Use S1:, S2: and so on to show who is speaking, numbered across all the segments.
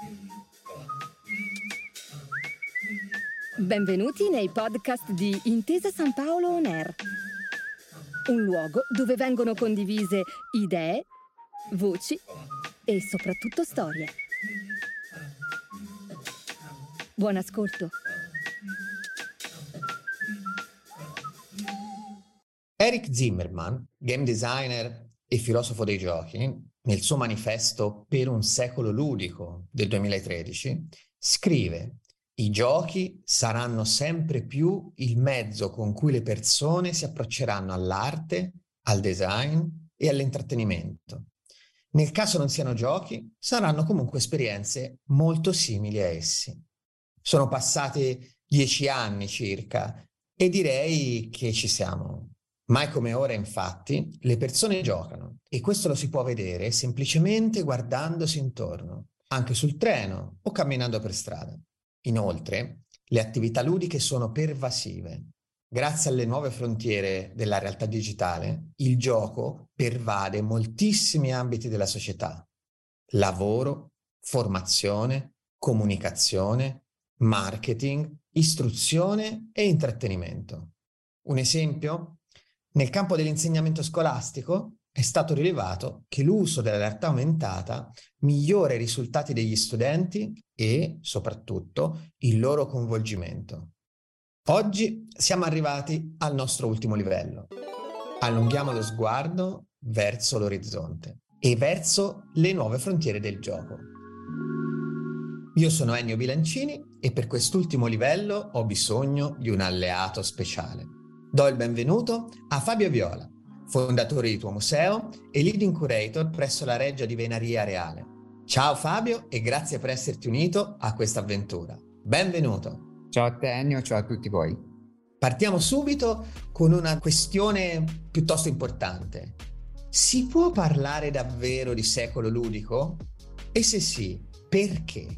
S1: Benvenuti nei podcast di Intesa San Paolo On Air, un luogo dove vengono condivise idee, voci e soprattutto storie. Buon ascolto.
S2: Eric Zimmerman, game designer e filosofo dei giochi, nel suo manifesto Per un secolo ludico del 2013, scrive: i giochi saranno sempre più il mezzo con cui le persone si approcceranno all'arte, al design e all'intrattenimento. Nel caso non siano giochi, saranno comunque esperienze molto simili a essi. Sono passati 10 anni circa e direi che ci siamo. Mai come ora, infatti, le persone giocano e questo lo si può vedere semplicemente guardandosi intorno, anche sul treno o camminando per strada. Inoltre, le attività ludiche sono pervasive. Grazie alle nuove frontiere della realtà digitale, il gioco pervade moltissimi ambiti della società: lavoro, formazione, comunicazione, marketing, istruzione e intrattenimento. Un esempio? Nel campo dell'insegnamento scolastico è stato rilevato che l'uso della realtà aumentata migliora i risultati degli studenti e, soprattutto, il loro coinvolgimento. Oggi siamo arrivati al nostro ultimo livello. Allunghiamo lo sguardo verso l'orizzonte e verso le nuove frontiere del gioco. Io sono Ennio Bilancini e per quest'ultimo livello ho bisogno di un alleato speciale. Do il benvenuto a Fabio Viola, fondatore di Tuo Museo e leading curator presso la Reggia di Venaria Reale. Ciao Fabio e grazie per esserti unito a questa avventura. Benvenuto.
S3: Ciao a te Ennio, ciao a tutti voi.
S2: Partiamo subito con una questione piuttosto importante. Si può parlare davvero di secolo ludico? E se sì, perché?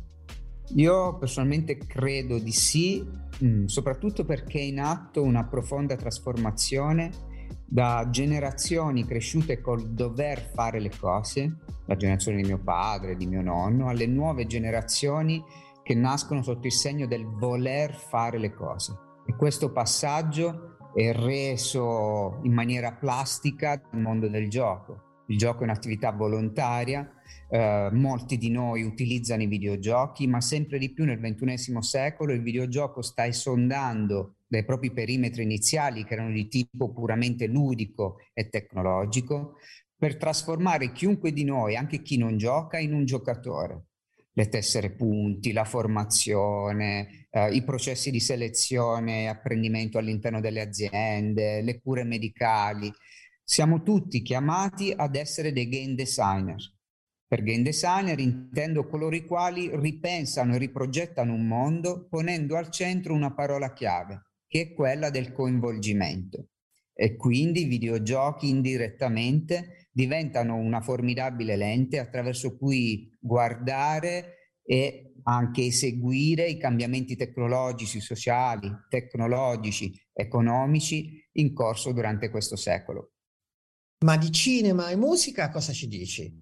S3: Io personalmente credo di sì, soprattutto perché è in atto una profonda trasformazione da generazioni cresciute col dover fare le cose, la generazione di mio padre, di mio nonno, alle nuove generazioni che nascono sotto il segno del voler fare le cose. E questo passaggio è reso in maniera plastica dal mondo del gioco. Il gioco è un'attività volontaria, molti di noi utilizzano i videogiochi, ma sempre di più nel XXI secolo il videogioco sta esondando dai propri perimetri iniziali, che erano di tipo puramente ludico e tecnologico, per trasformare chiunque di noi, anche chi non gioca, in un giocatore. Le tessere punti, la formazione, i processi di selezione e apprendimento all'interno delle aziende, le cure medicali. Siamo tutti chiamati ad essere dei game designer. Per game designer intendo coloro i quali ripensano e riprogettano un mondo ponendo al centro una parola chiave, che è quella del coinvolgimento. E quindi i videogiochi indirettamente diventano una formidabile lente attraverso cui guardare e anche eseguire i cambiamenti tecnologici, sociali, tecnologici, economici in corso durante questo secolo.
S2: Ma di cinema e musica cosa ci dici?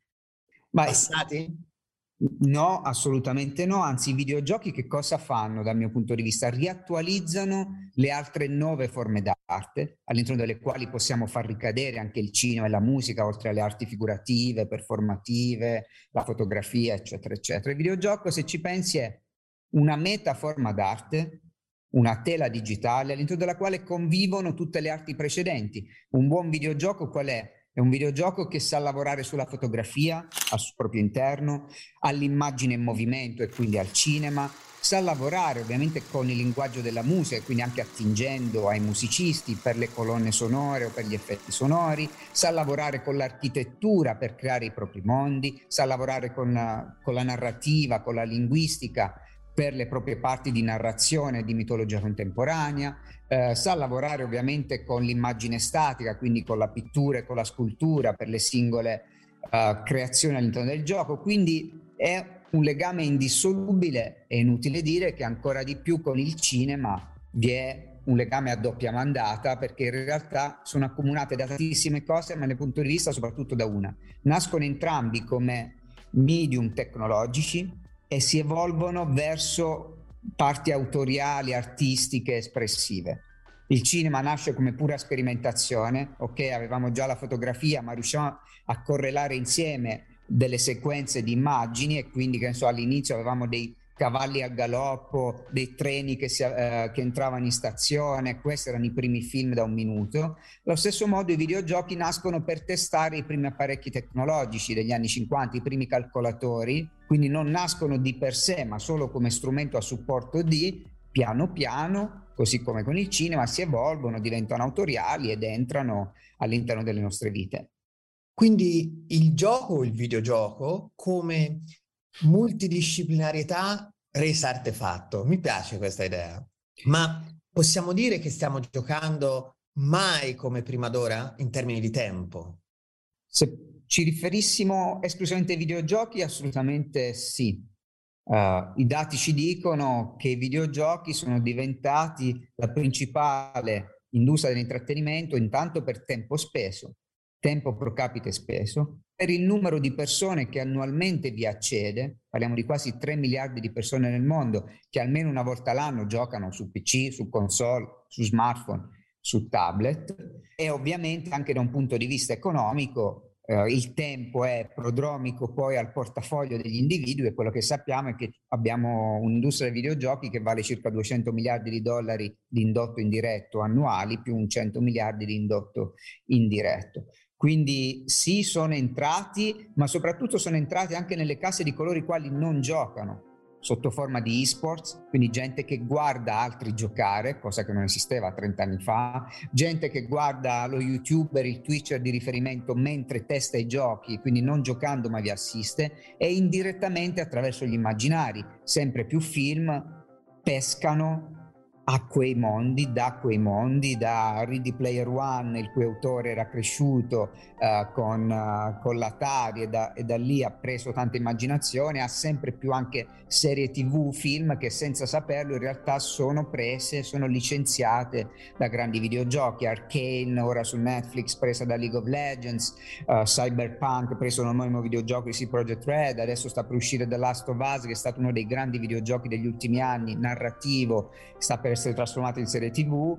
S2: Passati?
S3: No, assolutamente no, anzi i videogiochi che cosa fanno dal mio punto di vista? Riattualizzano le altre 9 forme d'arte, all'interno delle quali possiamo far ricadere anche il cinema e la musica, oltre alle arti figurative, performative, la fotografia, eccetera, eccetera. Il videogioco, se ci pensi, è una metaforma d'arte, una tela digitale all'interno della quale convivono tutte le arti precedenti. Un buon videogioco qual è? È un videogioco che sa lavorare sulla fotografia al suo proprio interno, all'immagine in movimento e quindi al cinema, sa lavorare ovviamente con il linguaggio della musica e quindi anche attingendo ai musicisti per le colonne sonore o per gli effetti sonori, sa lavorare con l'architettura per creare i propri mondi, sa lavorare con la narrativa, con la linguistica per le proprie parti di narrazione di mitologia contemporanea, sa lavorare ovviamente con l'immagine statica, quindi con la pittura e con la scultura per le singole creazioni all'interno del gioco, quindi è un legame indissolubile. È inutile dire che ancora di più con il cinema vi è un legame a doppia mandata, perché in realtà sono accomunate da tantissime cose, ma dal punto di vista soprattutto da una. Nascono entrambi come medium tecnologici e si evolvono verso parti autoriali, artistiche, espressive. Il cinema nasce come pura sperimentazione, ok, avevamo già la fotografia, ma riusciamo a correlare insieme delle sequenze di immagini, e quindi che ne so, all'inizio avevamo dei cavalli a galoppo, dei treni che entravano in stazione. Questi erano i primi film da 1 minuto. Allo stesso modo i videogiochi nascono per testare i primi apparecchi tecnologici degli anni 50, i primi calcolatori, quindi non nascono di per sé, ma solo come strumento a supporto di, piano piano, così come con il cinema, si evolvono, diventano autoriali ed entrano all'interno delle nostre vite.
S2: Quindi il gioco o il videogioco come multidisciplinarietà resa artefatto. Mi piace questa idea. Ma possiamo dire che stiamo giocando mai come prima d'ora in termini di tempo?
S3: Se ci riferissimo esclusivamente ai videogiochi, assolutamente sì. I dati ci dicono che i videogiochi sono diventati la principale industria dell'intrattenimento, intanto per tempo speso, tempo pro capite speso, per il numero di persone che annualmente vi accede. Parliamo di quasi 3 miliardi di persone nel mondo che almeno una volta l'anno giocano su PC, su console, su smartphone, su tablet, e ovviamente anche da un punto di vista economico il tempo è prodromico poi al portafoglio degli individui, e quello che sappiamo è che abbiamo un'industria dei videogiochi che vale circa 200 miliardi di dollari di indotto indiretto annuali, più un 100 miliardi di indotto indiretto. Quindi sì, sono entrati, ma soprattutto sono entrati anche nelle case di coloro i quali non giocano, sotto forma di esports, quindi gente che guarda altri giocare, cosa che non esisteva 30 anni fa, gente che guarda lo youtuber, il twitcher di riferimento mentre testa i giochi, quindi non giocando ma vi assiste, e indirettamente attraverso gli immaginari, sempre più film pescano a quei mondi, da Ready Player One, il cui autore era cresciuto con l'Atari, e da lì ha preso tanta immaginazione, ha sempre più anche serie TV, film che senza saperlo in realtà sono licenziate da grandi videogiochi. Arcane ora su Netflix presa da League of Legends, Cyberpunk preso da un omonimo videogioco di CD Projekt Red, adesso sta per uscire The Last of Us, che è stato uno dei grandi videogiochi degli ultimi anni, narrativo, sta per essere trasformato in serie TV,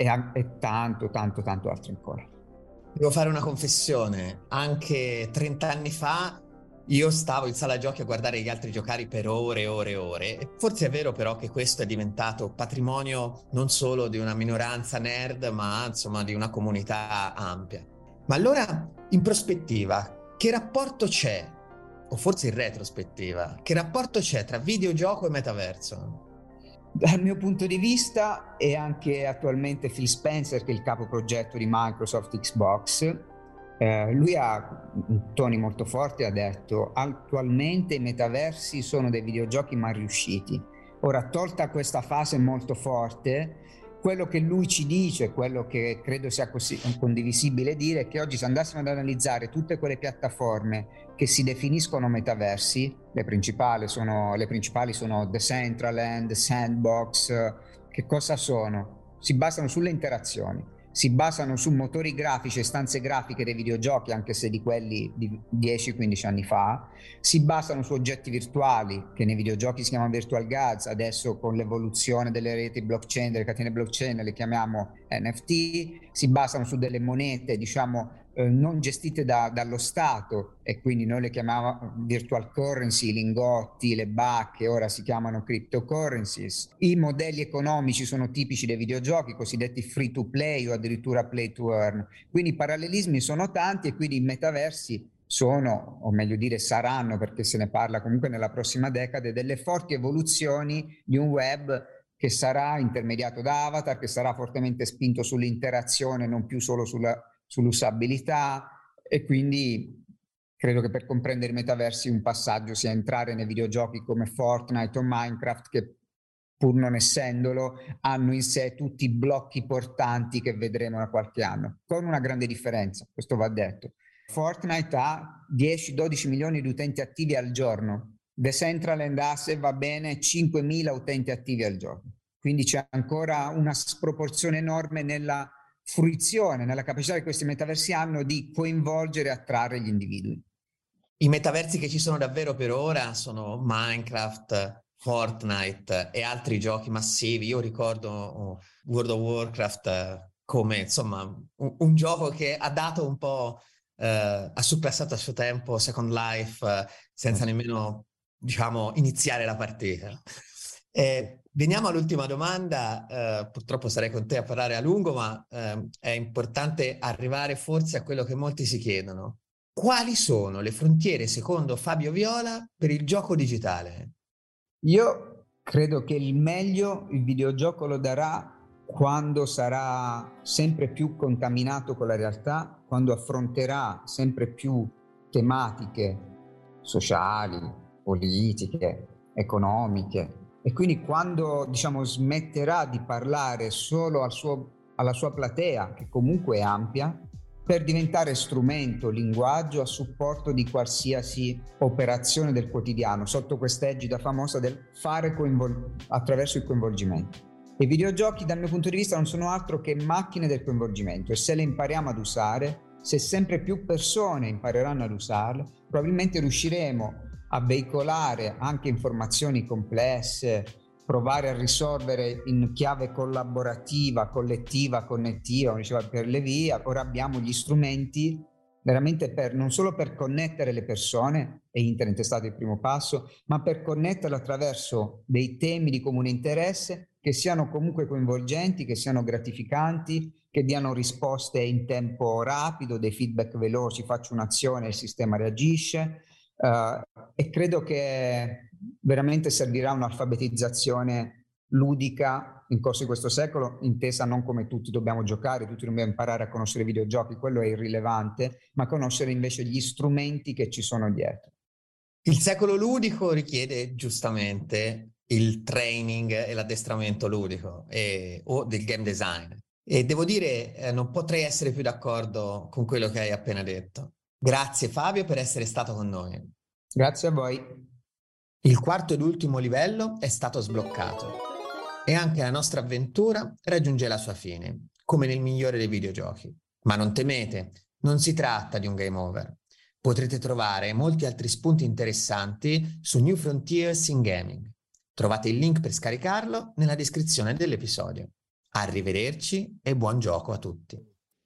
S3: e tanto altro ancora.
S2: Devo fare una confessione, anche 30 anni fa io stavo in sala giochi a guardare gli altri giocare per ore e ore e ore, e forse è vero però che questo è diventato patrimonio non solo di una minoranza nerd, ma insomma di una comunità ampia. Ma allora, in prospettiva, che rapporto c'è, o forse in retrospettiva, che rapporto c'è tra videogioco e metaverso?
S3: Dal mio punto di vista, e anche attualmente Phil Spencer, che è il capo progetto di Microsoft Xbox, lui ha toni molto forti, ha detto: attualmente i metaversi sono dei videogiochi mal riusciti. Ora, tolta questa fase molto forte, quello che lui ci dice, quello che credo sia così condivisibile dire, è che oggi, se andassimo ad analizzare tutte quelle piattaforme che si definiscono metaversi, le principali sono Decentraland, Sandbox, che cosa sono? Si basano sulle interazioni, si basano su motori grafici e stanze grafiche dei videogiochi, anche se di quelli di 10-15 anni fa, si basano su oggetti virtuali, che nei videogiochi si chiamano virtual goods, adesso con l'evoluzione delle reti blockchain, delle catene blockchain, le chiamiamo NFT, si basano su delle monete, diciamo, non gestite dallo Stato, e quindi noi le chiamiamo virtual currency, i lingotti, le bacche, ora si chiamano cryptocurrencies. I modelli economici sono tipici dei videogiochi, cosiddetti free to play o addirittura play to earn. Quindi i parallelismi sono tanti, e quindi i metaversi sono, o meglio dire saranno, perché se ne parla comunque nella prossima decade, delle forti evoluzioni di un web che sarà intermediato da avatar, che sarà fortemente spinto sull'interazione, non più solo sull'usabilità. E quindi credo che per comprendere i metaversi un passaggio sia entrare nei videogiochi come Fortnite o Minecraft, che pur non essendolo hanno in sé tutti i blocchi portanti che vedremo da qualche anno, con una grande differenza, questo va detto. Fortnite ha 10-12 milioni di utenti attivi al giorno, Decentraland ha, se va bene, 5.000 utenti attivi al giorno, quindi c'è ancora una sproporzione enorme nella fruizione, nella capacità che questi metaversi hanno di coinvolgere e attrarre gli individui.
S2: I metaversi che ci sono davvero per ora sono Minecraft, Fortnite e altri giochi massivi. Io ricordo World of Warcraft come insomma un gioco che ha dato un po', ha surclassato a suo tempo Second Life senza nemmeno, diciamo, iniziare la partita. Veniamo all'ultima domanda, purtroppo sarei con te a parlare a lungo, ma è importante arrivare forse a quello che molti si chiedono. Quali sono le frontiere, secondo Fabio Viola, per il gioco digitale?
S3: Io credo che il meglio il videogioco lo darà quando sarà sempre più contaminato con la realtà, quando affronterà sempre più tematiche sociali, politiche, economiche, e quindi quando, diciamo, smetterà di parlare solo alla sua platea, che comunque è ampia, per diventare strumento, linguaggio a supporto di qualsiasi operazione del quotidiano, sotto quest'egida famosa del fare attraverso il coinvolgimento. I videogiochi, dal mio punto di vista, non sono altro che macchine del coinvolgimento, e se le impariamo ad usare, se sempre più persone impareranno ad usarle, probabilmente riusciremo a veicolare anche informazioni complesse, provare a risolvere in chiave collaborativa, collettiva, connettiva, come diceva per le vie. Ora abbiamo gli strumenti veramente non solo per connettere le persone, e internet è stato il primo passo, ma per connetterle attraverso dei temi di comune interesse che siano comunque coinvolgenti, che siano gratificanti, che diano risposte in tempo rapido, dei feedback veloci, faccio un'azione e il sistema reagisce. E credo che veramente servirà un'alfabetizzazione ludica in corso di questo secolo, intesa non come tutti dobbiamo giocare, tutti dobbiamo imparare a conoscere i videogiochi, quello è irrilevante, ma conoscere invece gli strumenti che ci sono dietro.
S2: Il secolo ludico richiede giustamente il training e l'addestramento ludico o del game design. E devo dire, non potrei essere più d'accordo con quello che hai appena detto. Grazie Fabio per essere stato con noi.
S3: Grazie a voi.
S2: Il quarto ed ultimo livello è stato sbloccato e anche la nostra avventura raggiunge la sua fine, come nel migliore dei videogiochi. Ma non temete, non si tratta di un game over. Potrete trovare molti altri spunti interessanti su New Frontiers in Gaming. Trovate il link per scaricarlo nella descrizione dell'episodio. Arrivederci e buon gioco a tutti.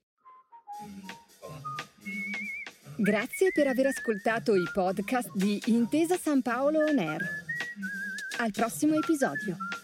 S1: Grazie per aver ascoltato i podcast di Intesa San Paolo On Air. Al prossimo episodio.